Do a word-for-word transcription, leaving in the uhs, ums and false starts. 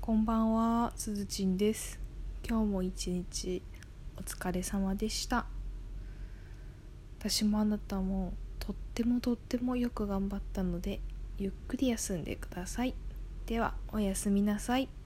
こんばんは、すずちんです。今日も一日お疲れ様でした。私もあなたもとってもとってもよく頑張ったので、ゆっくり休んでください。では、おやすみなさい。